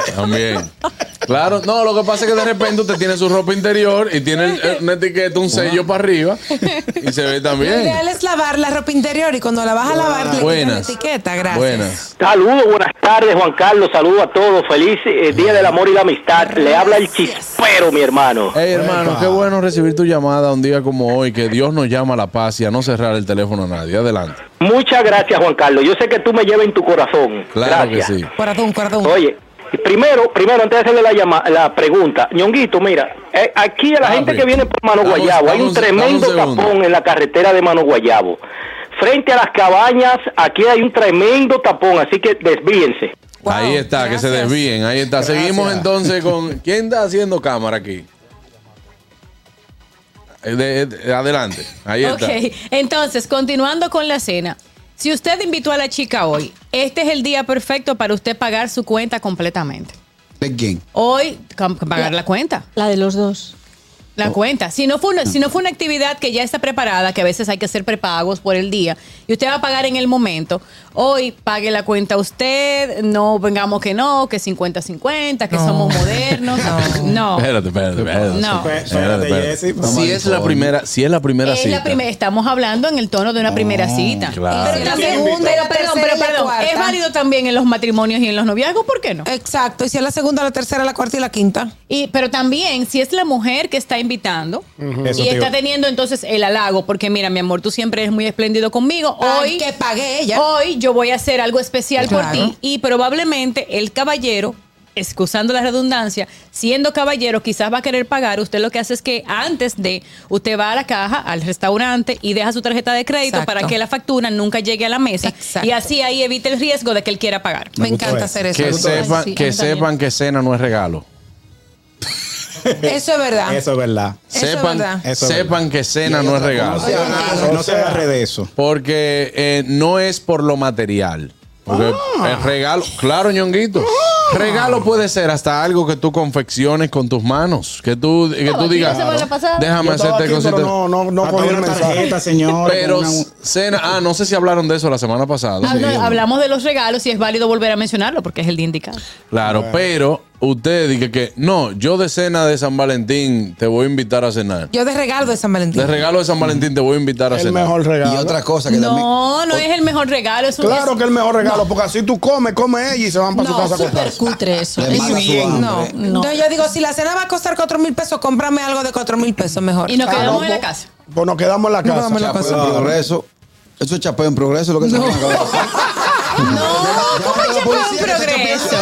Claro, no, lo que pasa es que de repente usted tiene su ropa interior y tiene una etiqueta, un sello para arriba y se ve Lo también. ideal es lavar la ropa interior y cuando la vas a lavar le quitas la etiqueta. Gracias. Buenas. Saludos, buenas tardes, Juan Carlos. Saludos a todos. Feliz Día del Amor y la Amistad. Le habla el chispero, mi hermano. Hey, hermano, qué bueno recibir tu llamada un día como hoy, que Dios nos llama a la paz y a no cerrar el teléfono a nadie. Adelante. Muchas gracias, Juan Carlos. Yo sé que tú me llevas en tu corazón. Claro gracias. que sí. Corazón. Oye, primero, antes de hacerle la pregunta, Ñonguito, mira, aquí a la gente que viene por Mano Guayabo, hay un tremendo tapón en la carretera de Mano Guayabo. Frente a las cabañas, aquí hay un tremendo tapón, así que desvíense. Wow, ahí está, gracias. que se desvíen. Ahí está. Gracias. Seguimos entonces con... ¿Quién está haciendo cámara aquí? Adelante. Ahí está. Ok, entonces, continuando con la cena. Si usted invitó a la chica hoy, este es el día perfecto para usted pagar su cuenta completamente. ¿De quién? Hoy, pagar la cuenta. La de los dos. La cuenta. Si no fue una actividad que ya está preparada, que a veces hay que hacer prepagos por el día, y usted va a pagar en el momento, hoy pague la cuenta usted, no vengamos que 50-50, que somos modernos. No. Espérate. No. Si es la primera cita. Estamos hablando en el tono de una primera cita. Claro. Pero la segunda, la tercera y la cuarta. Es válido también en los matrimonios y en los noviazgos, ¿por qué no? Exacto. Y si es la segunda, la tercera, la cuarta y la quinta. Pero también, si es la mujer que está invitando y está teniendo entonces el halago, porque mira, mi amor, tú siempre eres muy espléndido conmigo. Hoy que pagué ella. Hoy yo voy a hacer algo especial por ti. Y probablemente el caballero, excusando la redundancia, siendo caballero, quizás va a querer pagar. Usted lo que hace es que antes de, usted va a la caja, al restaurante y deja su tarjeta de crédito para que la factura nunca llegue a la mesa. Exacto. Y así ahí evita el riesgo de que él quiera pagar. Me encanta hacer eso. Que sepan que cena no es regalo. Eso es verdad. Eso es verdad. Sepan que cena no es regalo. No se agarre de eso. Porque no es por lo material. Porque el regalo, claro, Ñonguito. Regalo puede ser hasta algo que tú confecciones con tus manos. Que tú digas, déjame hacerte cositas. No cogí una tarjeta, señor. Pero cena, no sé si hablaron de eso la semana pasada. Hablamos de los regalos y es válido volver a mencionarlo porque es el día indicado. Claro, pero usted dice que no, yo de cena de San Valentín te voy a invitar a cenar. Yo de regalo de San Valentín. De regalo de San Valentín te voy a invitar a cenar. El mejor regalo. Y otra cosa que también. No es el mejor regalo. Claro que es el mejor regalo, porque así tú come ella y se van para su casa a acostarse. Cutre eso. No, yo digo, si la cena va a costar 4,000 pesos, cómprame algo de 4,000 pesos mejor. Y nos quedamos en la casa. Pues nos quedamos en la casa. Progreso. Eso es chapeo en progreso, lo que se acaba de hacer. ¿Cómo chapeo en progreso?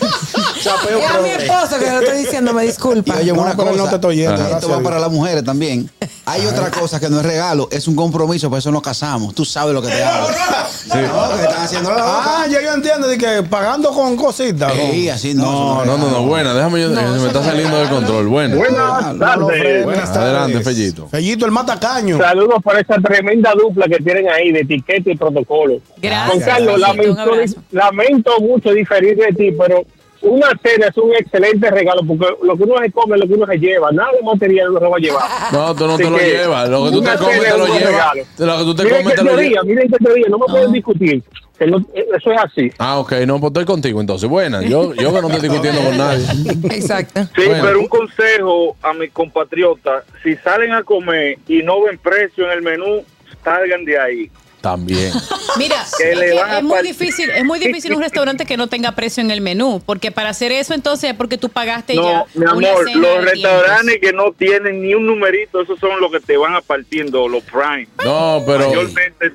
Era mi esposo que lo estoy diciendo, me disculpa. Y oye, una cosa, no te estoy yendo. Esto va para las mujeres también. Hay otra cosa que no es regalo, es un compromiso, por eso nos casamos. Tú sabes lo que te hago. Sí. Que están haciendo ya yo entiendo, de que pagando con cositas. Sí, así no. No, buena, déjame yo, se me está saliendo de control. Buenas tardes. Buenas tardes. Adelante, Fellito. Fellito, el matacaño. Saludos por esa tremenda dupla que tienen ahí de etiqueta y protocolo. Gracias. Juan Carlos, lamento mucho diferir de ti, pero una cena es un excelente regalo porque lo que uno se come, lo que uno se lleva, nada de material uno se va a llevar. No, tú no te lo llevas. Lo que tú te comes te lo llevas. Lo que tú te comes te lo llevas. Miren qué teoría, no me pueden discutir. Eso es así. Ok, no, pues estoy contigo entonces. Buena, yo que no estoy discutiendo con nadie. Exacto. Sí, Bueno. pero un consejo a mis compatriotas: si salen a comer y no ven precio en el menú, salgan de ahí. También. Mira, es muy difícil un restaurante que no tenga precio en el menú, porque para hacer eso entonces es porque tú pagaste ya. Mi amor, los restaurantes que no tienen ni un numerito, esos son los que te van a partiendo, los prime. No, pero Mayormente,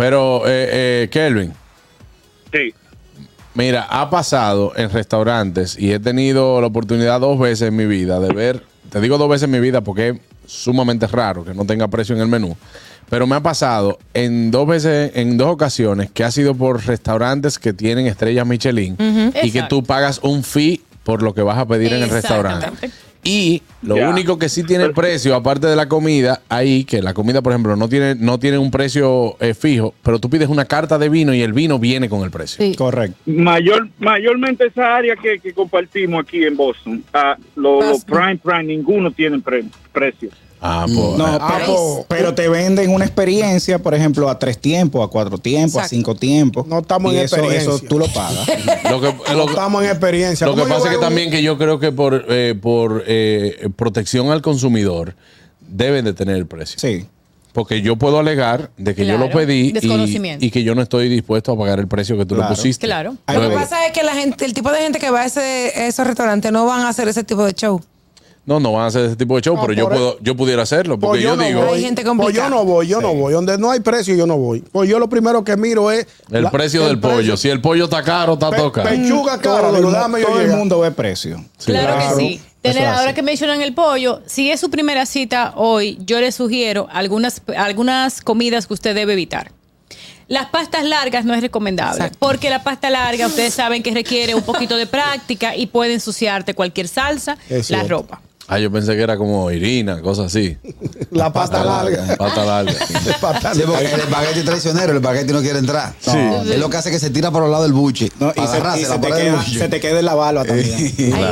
Kelvin. sí. Mira, ha pasado en restaurantes y he tenido la oportunidad 2 veces en mi vida de ver, te digo 2 veces en mi vida porque es sumamente raro que no tenga precio en el menú. Pero me ha pasado en 2 veces, en 2 ocasiones, que ha sido por restaurantes que tienen estrellas Michelin y que tú pagas un fee por lo que vas a pedir en el restaurante. Y lo único que sí tiene precio, aparte de la comida, ahí, que la comida, por ejemplo, no tiene un precio fijo, pero tú pides una carta de vino y el vino viene con el precio. Sí. Correcto. Mayormente esa área que compartimos aquí en Boston, los prime, ninguno tiene precio. Pero te venden una experiencia, por ejemplo, a 3 tiempos, a 4 tiempos, a 5 tiempos. No estamos en experiencia. Eso tú lo pagas. No estamos en experiencia. Lo que pasa es que también que yo creo que por protección al consumidor deben de tener el precio. Sí. Porque yo puedo alegar de que yo lo pedí y que yo no estoy dispuesto a pagar el precio que tú le pusiste. Claro. Lo que pasa es que el tipo de gente que va a esos restaurantes no van a hacer ese tipo de show. No van a hacer ese tipo de show, pero yo pudiera hacerlo. Porque yo digo. Hay gente complicada. Pues yo no voy. Donde no hay precio, yo no voy. Pues yo lo primero que miro es el precio del pollo. Si el pollo está caro, está toca. Pechuga cara, todo el mundo ve precio. Claro que sí. Ahora que mencionan el pollo, si es su primera cita hoy, yo le sugiero algunas comidas que usted debe evitar. Las pastas largas no es recomendable. Exacto. Porque la pasta larga, ustedes saben que requiere un poquito de práctica y puede ensuciarte cualquier salsa, la ropa. Yo pensé que era como Irina, cosas así. La pasta larga. Pasta larga. Sí, porque el espagueti traicionero, el espagueti no quiere entrar. Sí. Es lo que hace que se tira por los lados del buche. No, y se te queda en la barba también.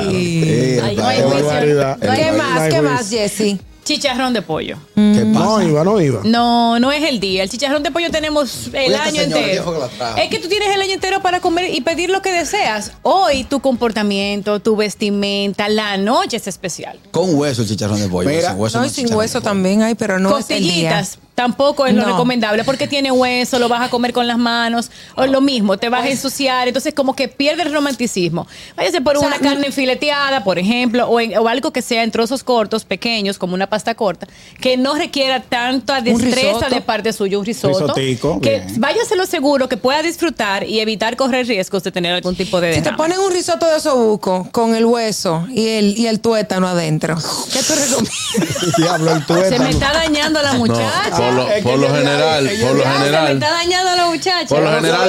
¿Qué más, Jessy? Chicharrón de pollo. ¿Qué pasa? No iba. No es el día. El chicharrón de pollo tenemos el año entero. Es que tú tienes el año entero para comer y pedir lo que deseas. Hoy tu comportamiento, tu vestimenta, la noche es especial. Con hueso el chicharrón de pollo. Mira, sin hueso también hay, pero no es el día. Tampoco es lo recomendable porque tiene hueso, lo vas a comer con las manos, o lo mismo, te vas a ensuciar, entonces como que pierde el romanticismo. Váyase por una carne fileteada, por ejemplo, o algo que sea en trozos cortos, pequeños, como una pasta corta, que no requiera tanta destreza de parte suya, un risotto. Que váyaselo seguro, que pueda disfrutar y evitar correr riesgos de tener algún tipo de derrame. Si te ponen un risotto de osobuco con el hueso y el tuétano adentro, ¿qué tú recomiendas? Diablo, el tuétano. Se me está dañando a la muchacha. Por lo general, Se me está dañando a los muchachos. por lo general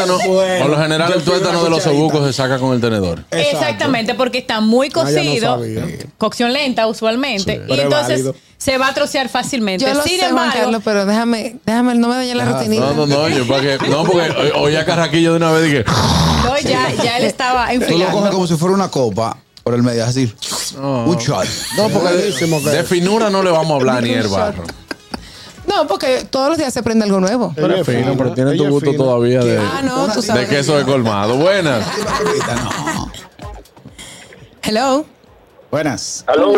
el tuétano de los obucos se saca con el tenedor. Exactamente, porque está muy cocido, cocción lenta usualmente, Sí, y pero entonces válido. se va a trocear fácilmente. Yo lo Sin sé, Juan embargo, Carlos, pero déjame, no me dañe la rutinita. Porque oía Carraquillo de una vez y que no, ya él estaba Tú lo enfriando. coges como si fuera una copa por el medio, así. Un shot. no, porque de finura no le vamos a hablar ni el barro. No, porque todos los días se aprende algo nuevo. Pero es fino, pero tiene tu Ella es gusto fina. todavía de, No, tú de sabes. queso de colmado. Buenas. No. Hello. Buenas. Saludos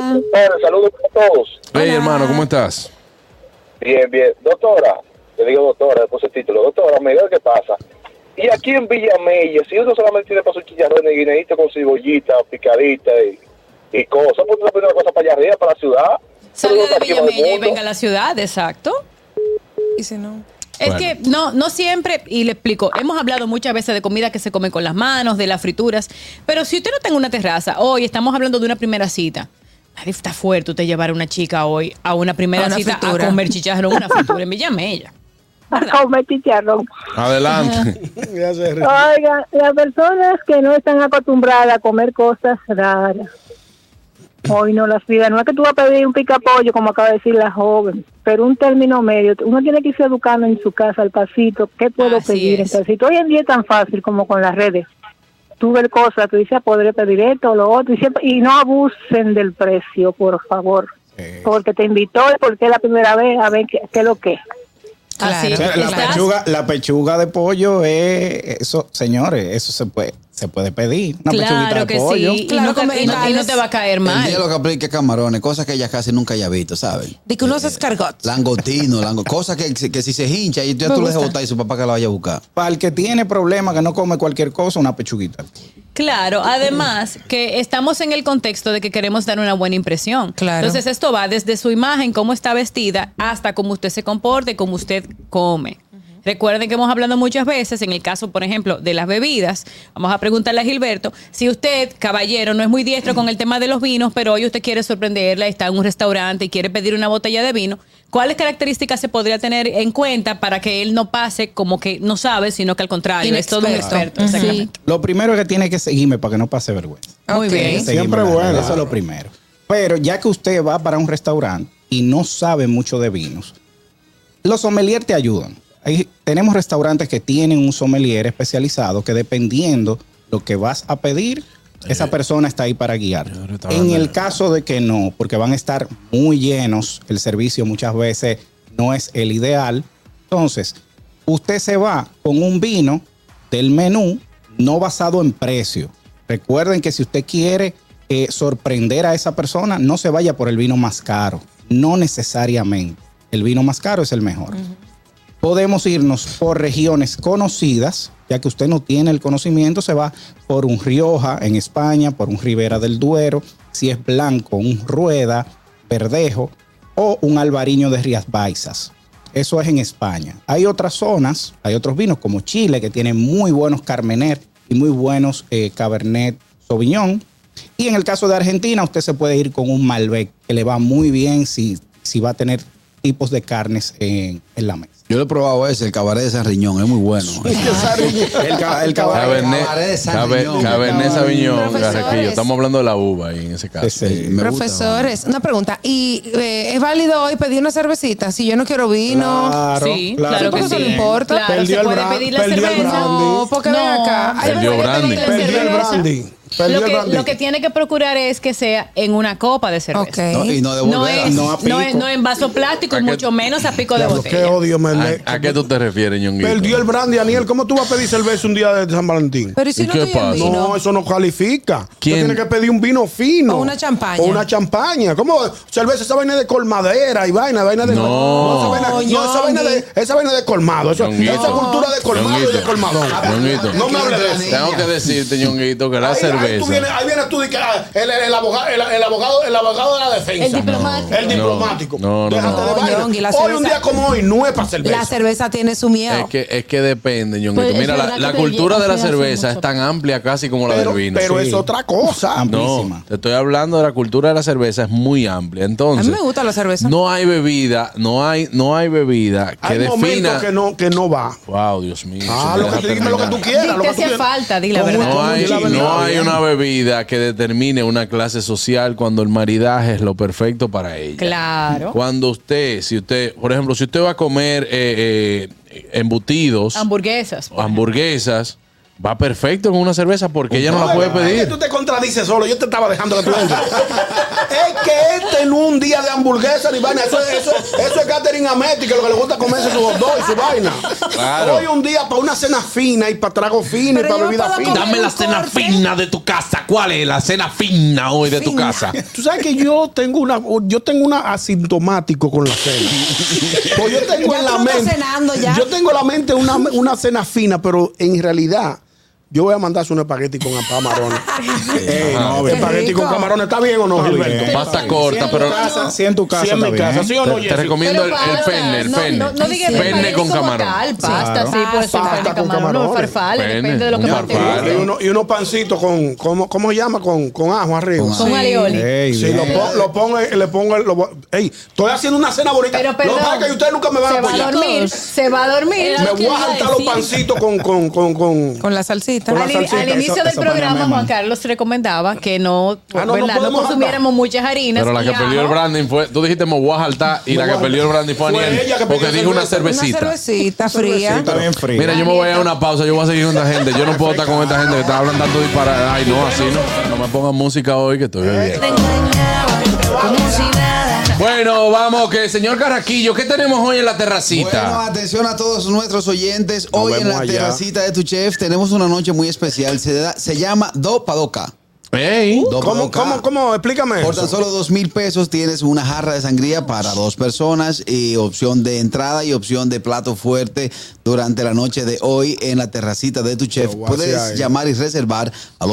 a todos. Hey, hermano, ¿cómo estás? Bien, bien. Doctora, le digo doctora, después el título. Doctora, me diga qué pasa. Y aquí en Villamella, si uno solamente tiene para su chicharrón y guineíto con cebollita, picadita y cosas, pues tú una cosa para allá arriba, para la ciudad. Salga de Villamella y venga a la ciudad, exacto. ¿Y si no? Es Bueno. que no siempre, y le explico, hemos hablado muchas veces de comida que se come con las manos, de las frituras, pero si usted no tiene una terraza, hoy estamos hablando de una primera cita. Ay, está fuerte usted llevar a una chica hoy a una primera A una cita fritura. a comer chicharrón, una fritura en Villamella. A comer chicharrón. Adelante. Ya se ríe. Oiga, las personas que no están acostumbradas a comer cosas raras, hoy no las pidan. No es que tú vas a pedir un picapollo, como acaba de decir la joven, pero un término medio. Uno tiene que irse educando en su casa al pasito. ¿Qué puedo Así pedir? es. Entonces, hoy en día es tan fácil como con las redes. Tú ves cosas, tú dices, podré pedir esto o lo otro, y no abusen del precio, por favor. Porque te invitó y porque es la primera vez a ver qué es lo que es. Así O sea, ¿Estás? la pechuga de pollo es eso, señores, eso se puede pedir. Una pechuguita Claro de que pollo. sí, Claro, y no te va a caer El mal. día lo que aplica camarones, cosas que ella casi nunca haya visto, ¿sabes? De que unos escargots. Langostino, cosas que si se hincha y tú Me le dejas gusta. botar y su papá que la vaya a buscar. Para el que tiene problemas, que no come cualquier cosa, una pechuguita. Claro, además que estamos en el contexto de que queremos dar una buena impresión. Claro. Entonces esto va desde su imagen, cómo está vestida, hasta cómo usted se comporte, cómo usted come. Recuerden que hemos hablado muchas veces, en el caso, por ejemplo, de las bebidas, vamos a preguntarle a Gilberto, si usted, caballero, no es muy diestro con el tema de los vinos, pero hoy usted quiere sorprenderla, está en un restaurante y quiere pedir una botella de vino, ¿cuáles características se podría tener en cuenta para que él no pase como que no sabe, sino que al contrario, es todo un experto? Exactamente. Lo primero es que tiene que seguirme para que no pase vergüenza. Muy bien. Siempre ¿verdad? bueno. Eso es lo primero. Pero ya que usted va para un restaurante y no sabe mucho de vinos, los sommeliers te ayudan. Tenemos restaurantes que tienen un sommelier especializado que dependiendo lo que vas a pedir, esa persona está ahí para guiar. En el caso de que no, porque van a estar muy llenos, el servicio muchas veces no es el ideal, entonces usted se va con un vino del menú no basado en precio. Recuerden que si usted quiere sorprender a esa persona, no se vaya por el vino más caro, no necesariamente. El vino más caro es el mejor. Podemos irnos por regiones conocidas, ya que usted no tiene el conocimiento, se va por un Rioja en España, por un Ribera del Duero, si es blanco, un Rueda, Verdejo o un Albariño de Rías Baixas. Eso es en España. Hay otras zonas, hay otros vinos como Chile que tienen muy buenos Carmener y muy buenos Cabernet Sauvignon. Y en el caso de Argentina, usted se puede ir con un Malbec que le va muy bien si va a tener tipos de carnes en la mesa. Yo lo he probado ese, el cabaret de San Riñón, es muy bueno. el Cabernet Sauvignon, Profesores. Carraquillo. Estamos hablando de la uva ahí en ese caso. Profesores, una pregunta. ¿Y es válido hoy pedir una cervecita? Si yo no quiero vino. Claro, Sí, claro. claro que ¿Por qué sí. no le importa? Claro, Perdió se el puede bra- pedir la perdió el cerveza. brandy. No, porque ven acá. Hay Perdió veces que brandy. pedir la Perdió el cerveza. brandy. Perdió el brandy. Lo que tiene que procurar es que sea en una copa de cerveza. Ok. No, y no No devolverla. es, No a pico. no en vaso plástico y ¿A qué- mucho menos a pico de Diablo, qué botella. odio, ¿A qué tú te refieres, Ñonguito? Perdió el brandy, Daniel. ¿Cómo tú vas a pedir cerveza un día de San Valentín? Pero ¿y si ¿Y no qué estoy en pasa? vino? No, eso no califica. ¿Quién? Tú tienes que pedir un vino fino. O una champaña. O una champaña. ¿Cómo? Cerveza, esa vaina de colmadera y vaina de... No. Esa vaina de colmado. Ñonguito. Esa cultura de colmado y de colmadón. Ñonguito. No me hables de eso. Tengo que decirte, Ñonguito, que la Ahí cerveza. Ahí vienes tú y que el abogado de la defensa. El diplomático. No. Hoy un día como hoy no es para cerveza. La cerveza tiene su miedo. Es que depende, Ñonguito. Pues Mira, la cultura de la cerveza es tan amplia casi como la del vino. Pero es otra cosa. Amplísima. No, te estoy hablando de la cultura de la cerveza, es muy amplia. Entonces, a mí me gusta la cerveza. No hay bebida que defina. Que no va. Wow, Dios mío. Dime lo que tú quieras. Te hacía falta, di la verdad. No hay una bebida que determine una clase social cuando el maridaje es lo perfecto para ella. Claro. Cuando por ejemplo, si usted va a comer embutidos, hamburguesas, va perfecto con una cerveza porque ella no la puede pedir. Es que tú te contradices solo. Yo te estaba dejando que tú entres. Es que este no un día de hamburguesa ni vaina. Eso es catering Ametti, que lo que le gusta comerse su hot dog y su vaina. Claro. Hoy un día para una cena fina y para trago fino y para bebida fina. Dame la cena fina de tu casa. ¿Cuál es la cena fina hoy de tu casa? Tú sabes que yo tengo una asintomático con la cena. Pues yo tengo en la mente. Yo tengo en la mente una cena fina, pero en realidad yo voy a mandarse un espagueti con camarones. Espagueti con camarones, ¿está bien o no, Gilberto? Pasta corta, pero sí, en tu casa. Sí, en mi casa, ¿sí o no? Te recomiendo el penne. No digas penne con camarón. Pasta, sí, puede ser penne con camarón. Farfalle, depende de lo que más te guste. Y unos pancitos con, ¿cómo se llama? Con ajo arriba. Con alioli. Sí, le pongo estoy haciendo una cena bonita. Pero perdón, lo que pasa es que ustedes nunca me van a apoyar. Se va a dormir. Me voy a saltar los pancitos con la salsita. Al inicio del programa, Juan Carlos recomendaba que no consumiéramos muchas harinas. Pero la que perdió el branding fue, tú dijiste me voy a saltar y la que perdió el branding fue Aniel, porque dijo una cervecita. Una cervecita fría. Está bien fría. Mira, yo me voy a una pausa, yo voy a seguir con esta gente. Yo no puedo estar con esta gente que está hablando tanto disparates. Ay, no, así no. No me pongan música hoy que estoy bien. Bueno, vamos, que señor Carraquillo, ¿qué tenemos hoy en la terracita? Bueno, atención a todos nuestros oyentes. Hoy en la terracita de Tu Chef tenemos una noche muy especial. Se llama Do Padoca. Hey. ¿Cómo? Explícame. Por tan solo 2,000 pesos tienes una jarra de sangría para 2 personas y opción de entrada y opción de plato fuerte durante la noche de hoy en la terracita de Tu Chef. Puedes llamar y reservar al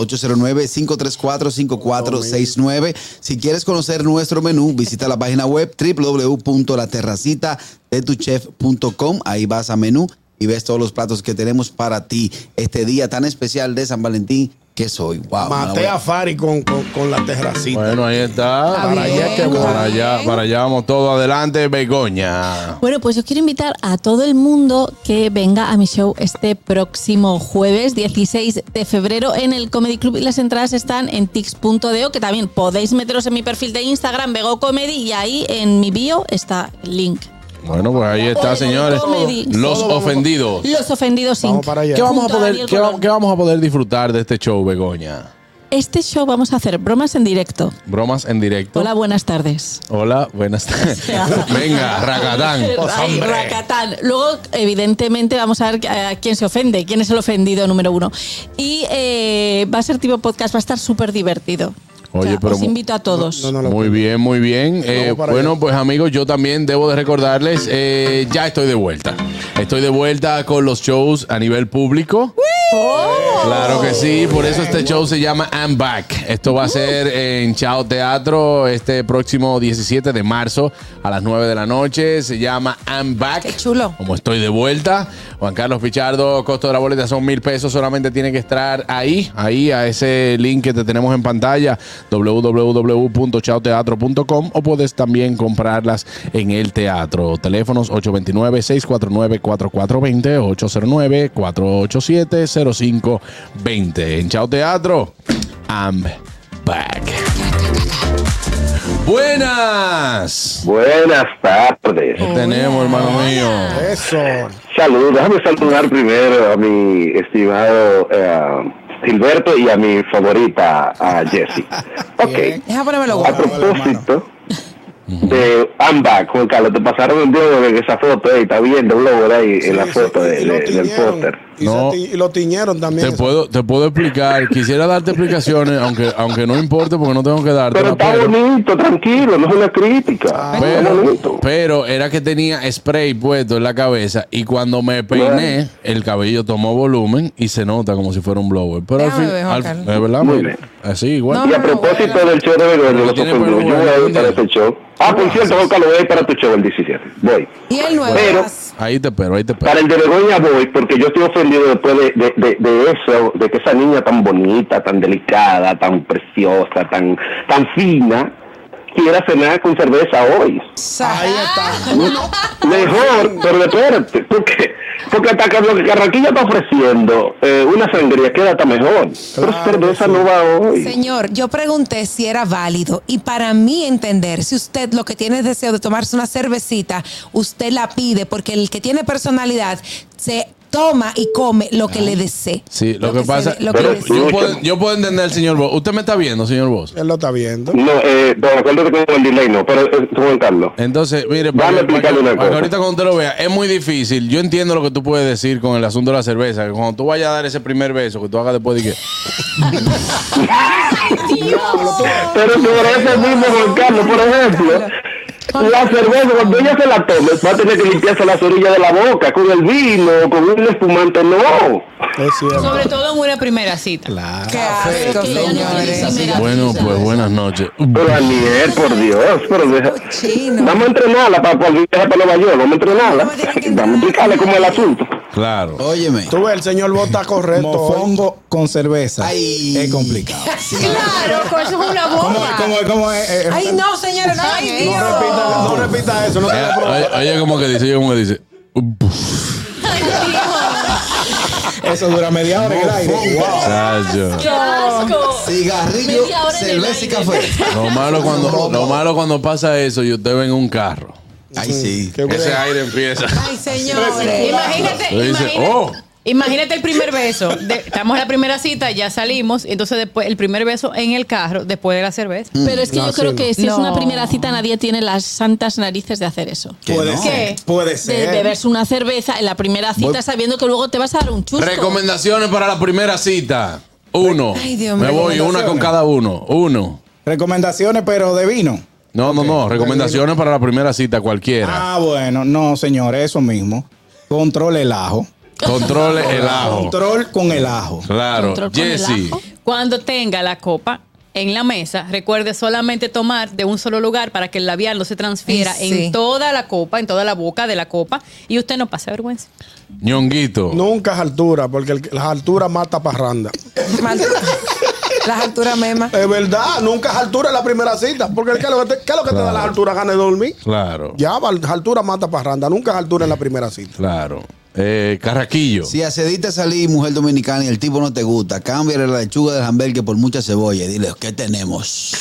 809-534-5469. Si quieres conocer nuestro menú, visita la página web www.laterracitadetuchef.com. Ahí vas a menú y ves todos los platos que tenemos para ti este día tan especial de San Valentín. ¿Qué soy? Wow. Maté a Fari con la terracita. Bueno, ahí está. Para allá vamos todos. Adelante, Begoña. Bueno, pues yo quiero invitar a todo el mundo que venga a mi show este próximo jueves 16 de febrero en el Comedy Club y las entradas están en tix.do, que también podéis meteros en mi perfil de Instagram, Bego Comedy, y ahí en mi bio está el link. Bueno, pues ahí está, señores. Los ofendidos. Los ofendidos, sí. ¿Qué vamos a poder disfrutar de este show, Begoña? Este show vamos a hacer bromas en directo. Bromas en directo. Hola, buenas tardes. Hola, buenas tardes. Venga, racatán. Ay, racatán. Luego, evidentemente, vamos a ver a quién se ofende, quién es el ofendido número 1. Y va a ser tipo podcast, va a estar súper divertido. Oye, pero os invito a todos. Muy bien, muy bien. Bueno, pues amigos, yo también debo de recordarles, ya estoy de vuelta. Estoy de vuelta con los shows a nivel público. Claro que sí, por eso este show se llama I'm Back. Esto va a ser en Chao Teatro este próximo 17 de marzo a las 9 de la noche. Se llama I'm Back. Qué chulo. Como estoy de vuelta. Juan Carlos Pichardo, costo de la boleta son 1,000 pesos. Solamente tiene que estar ahí a ese link que te tenemos en pantalla, www.chaoteatro.com, o puedes también comprarlas en el teatro. Teléfonos 829-649-4420, 809-487-0520. En Chao Teatro, I'm Back. Buenas tardes. ¿Qué tenemos, hermano mío? Eso. Saludos. Déjame saludar primero a mi estimado Gilberto y a mi favorita, a Jessie. Ok. Deja ponérmelo. A propósito de I'm Back, Juan Carlos, te pasaron un dedo en esa foto ahí, está viendo un logo ahí en la foto del póster. Y lo tiñeron también. Te puedo explicar. Quisiera darte explicaciones, aunque no importe porque no tengo que darte. Pero está bonito, tranquilo, no es una crítica. Pero era que tenía spray puesto en la cabeza y cuando me peiné, el cabello tomó volumen y se nota como si fuera un blower. Pero al fin, es verdad, muy bien. Así igual. Y a propósito del show de Begoña, los ofendidos, yo voy a ir para ese show. Por cierto, Juan Carlos, voy para tu show el 17. Voy. ¿Y el 9? Pero ahí te espero. para el de Begoña voy, porque yo estoy ofendido después de eso, de que esa niña tan bonita, tan delicada, tan preciosa, tan fina, quiera cenar con cerveza hoy. Ahí está. Mejor, pero espérate, porque hasta que lo que Carraquilla está ofreciendo una sangría queda hasta mejor. Pero cerveza no va hoy. Señor, yo pregunté si era válido y para mí entender, si usted lo que tiene es deseo de tomarse una cervecita, usted la pide porque el que tiene personalidad se toma y come lo que le desee. Sí, lo que pasa. Yo puedo entender, señor Vos. ¿Usted me está viendo, señor Vos? Él lo está viendo. No, acuérdate con el delay, no, pero Juan Carlos. Entonces, mire, Dame explicarle una cosa. ahorita cuando usted lo vea, es muy difícil. Yo entiendo lo que tú puedes decir con el asunto de la cerveza, que cuando tú vayas a dar ese primer beso, que tú hagas después de que... Pero sobre ese mismo, Juan Carlos, por ejemplo, la cerveza, cuando ella se la tome, va a tener que limpiarse las orillas de la boca con el vino, con un espumante, no. Sobre todo en una primera cita. Claro. Qué asco, señores. Bueno, pues buenas noches. Pero Aniel, por Dios, vamos a entrenarla para el viaje para Nueva York, vamos a entrenarla. Vamos a explicarle cómo es el asunto. Claro. Óyeme. Tú ves, el señor Vos está correcto. Mofongo con cerveza. Es complicado. Claro, eso es una bomba. ¿Cómo es? Ay, no, señores, no. Ay, Dios. No repita eso. Oye, como que dice. Eso dura media hora en el aire. ¡Qué asco! Cigarrillo, cerveza y café. Lo malo cuando pasa eso y usted ve en un carro. Ay, sí. Ese aire empieza. Ay, señores. Imagínate el primer beso. Estamos en la primera cita, ya salimos. Entonces, después el primer beso en el carro, después de la cerveza. Pero es que yo creo que si es una primera cita, nadie tiene las santas narices de hacer eso. Puede ser. De beberse una cerveza en la primera cita, sabiendo que luego te vas a dar un chusco. Recomendaciones para la primera cita. 1. Ay, Dios mío. Me voy, una con cada uno. 1. Recomendaciones, pero de vino. No. Recomendaciones para la primera cita, cualquiera. Bueno. No, señores, eso mismo. Controle el ajo. Controle el ajo. Control con el ajo. Claro. Jessy. Cuando tenga la copa en la mesa, recuerde solamente tomar de un solo lugar para que el labial no se transfiera en toda la copa, en toda la boca de la copa y usted no pase vergüenza. Ñonguito. Nunca es altura, porque las alturas mata parranda. Las alturas memas. Es verdad, nunca es altura en la primera cita. Porque ¿qué es lo que te da las alturas? Ganas de dormir. Claro. Ya, altura mata parranda. Nunca es altura en la primera cita. Claro. Carraquillo. Si accediste a salir, mujer dominicana, y el tipo no te gusta, cámbiale la lechuga del hamburgues por mucha cebolla y dile, ¿qué tenemos?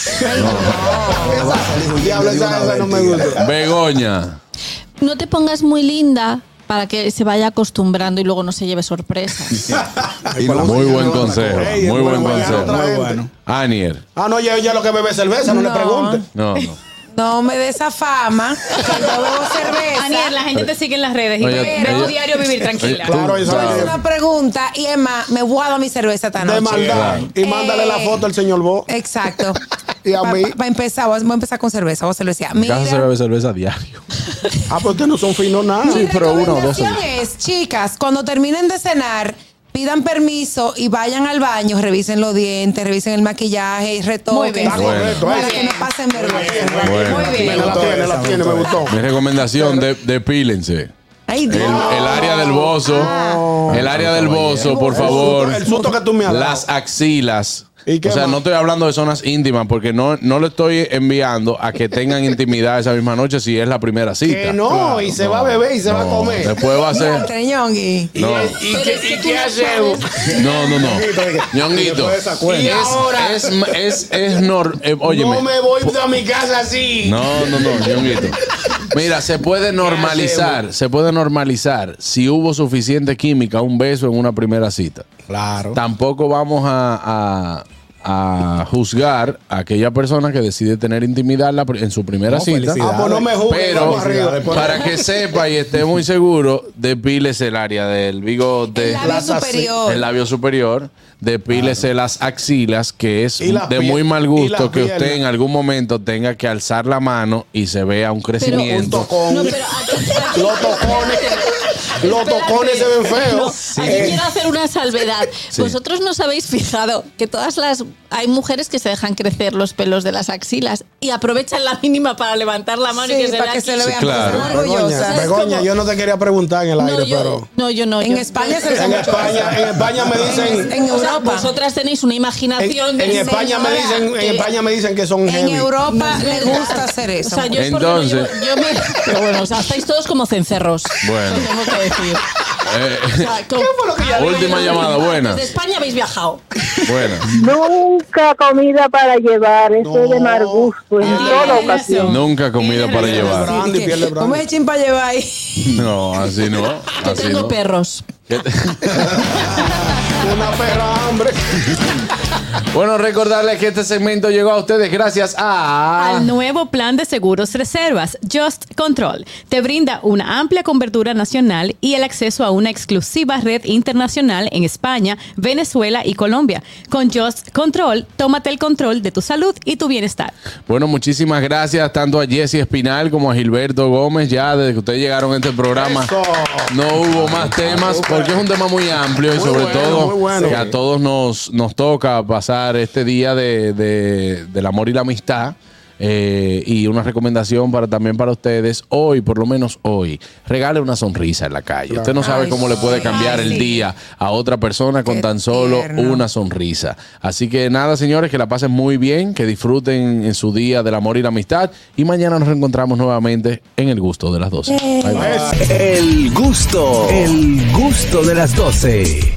No me gusta. Begoña. No te pongas muy linda para que se vaya acostumbrando y luego no se lleve sorpresas. Muy buen consejo. Muy buen consejo. Muy bueno. Anier. No, ya lo que bebe cerveza, no le pregunte. No. No me dé esa fama. Que yo bebo cerveza. Aniel, la gente te sigue en las redes y veo diario vivir tranquila. Claro, es una pregunta y es más, me voy a dar mi cerveza esta noche. De maldad. Y mándale la foto al señor Vos. Exacto. Y a mí. Voy a empezar con cerveza. Vos se lo decía. Mira. Se bebe cerveza diario. Pues ustedes no son finos nada. Sí, pero 1 o 2. Chicas, cuando terminen de cenar, pidan permiso y vayan al baño, revisen los dientes, revisen el maquillaje y retoquen. Para que no pasen vergüenza. Muy bien. La tiene, me gustó. Mi recomendación, depílense. Ay, Dios. El área del bozo. El área del bozo, por favor. El susto que tú me has dado. Las axilas. O sea, no estoy hablando de zonas íntimas porque no le estoy enviando a que tengan intimidad esa misma noche si es la primera cita. Que no, claro, y se va a beber y se va a comer. Después va a ser. Ñongui. No. ¿Y qué hacemos? No. Ñonguito. Y ahora óyeme. No me voy a mi casa así. No, Ñonguito. Mira, se puede normalizar si hubo suficiente química, un beso en una primera cita. Claro. Tampoco vamos a juzgar a aquella persona que decide tener intimidad en su primera cita. Pues no me juzgues, pero para que sepa y esté muy seguro, depílese el área del bigote, el labio superior, depílese las axilas, que es de muy mal gusto que usted en algún momento tenga que alzar la mano y se vea un crecimiento. Los tocones se ven feos. No, aquí quiero hacer una salvedad. Sí. Vosotros no os habéis fijado que hay mujeres que se dejan crecer los pelos de las axilas y aprovechan la mínima para levantar la mano y que se le vea. Claro. Begoña, yo no te quería preguntar en el aire, pero... No, yo no. En España se en España me dicen... En Europa. Vosotras tenéis una imaginación... En España me dicen que son heavy. En Europa les gusta hacer eso. O sea, yo entonces... Pero bueno, o sea, estáis todos como cencerros. Bueno. Tengo que decir. ¿Qué fue lo que ya última llamada, buena. Desde España habéis viajado. Buena. Nunca comida para llevar, eso es de mal gusto en toda ocasión. Nunca comida para llevar. ¿Cómo es chin para llevar ahí? No, así no. Yo tengo perros. Una perra hambre. Bueno, recordarles que este segmento llegó a ustedes gracias al nuevo plan de seguros reservas, Just Control. Te brinda una amplia cobertura nacional y el acceso a una exclusiva red internacional en España, Venezuela y Colombia. Con Just Control, tómate el control de tu salud y tu bienestar. Bueno, muchísimas gracias tanto a Jessy Espinal como a Gilberto Gómez. Ya desde que ustedes llegaron a este programa no hubo más temas porque es un tema muy amplio y sobre todo que a todos nos toca pasar este día del amor y la amistad. Y una recomendación también para ustedes hoy, por lo menos hoy, regale una sonrisa en la calle. Usted no sabe cómo le puede cambiar el día a otra persona con tan solo una sonrisa. Así que nada, señores, que la pasen muy bien, que disfruten en su día del amor y la amistad y mañana nos reencontramos nuevamente en El Gusto de las 12. El gusto de las 12.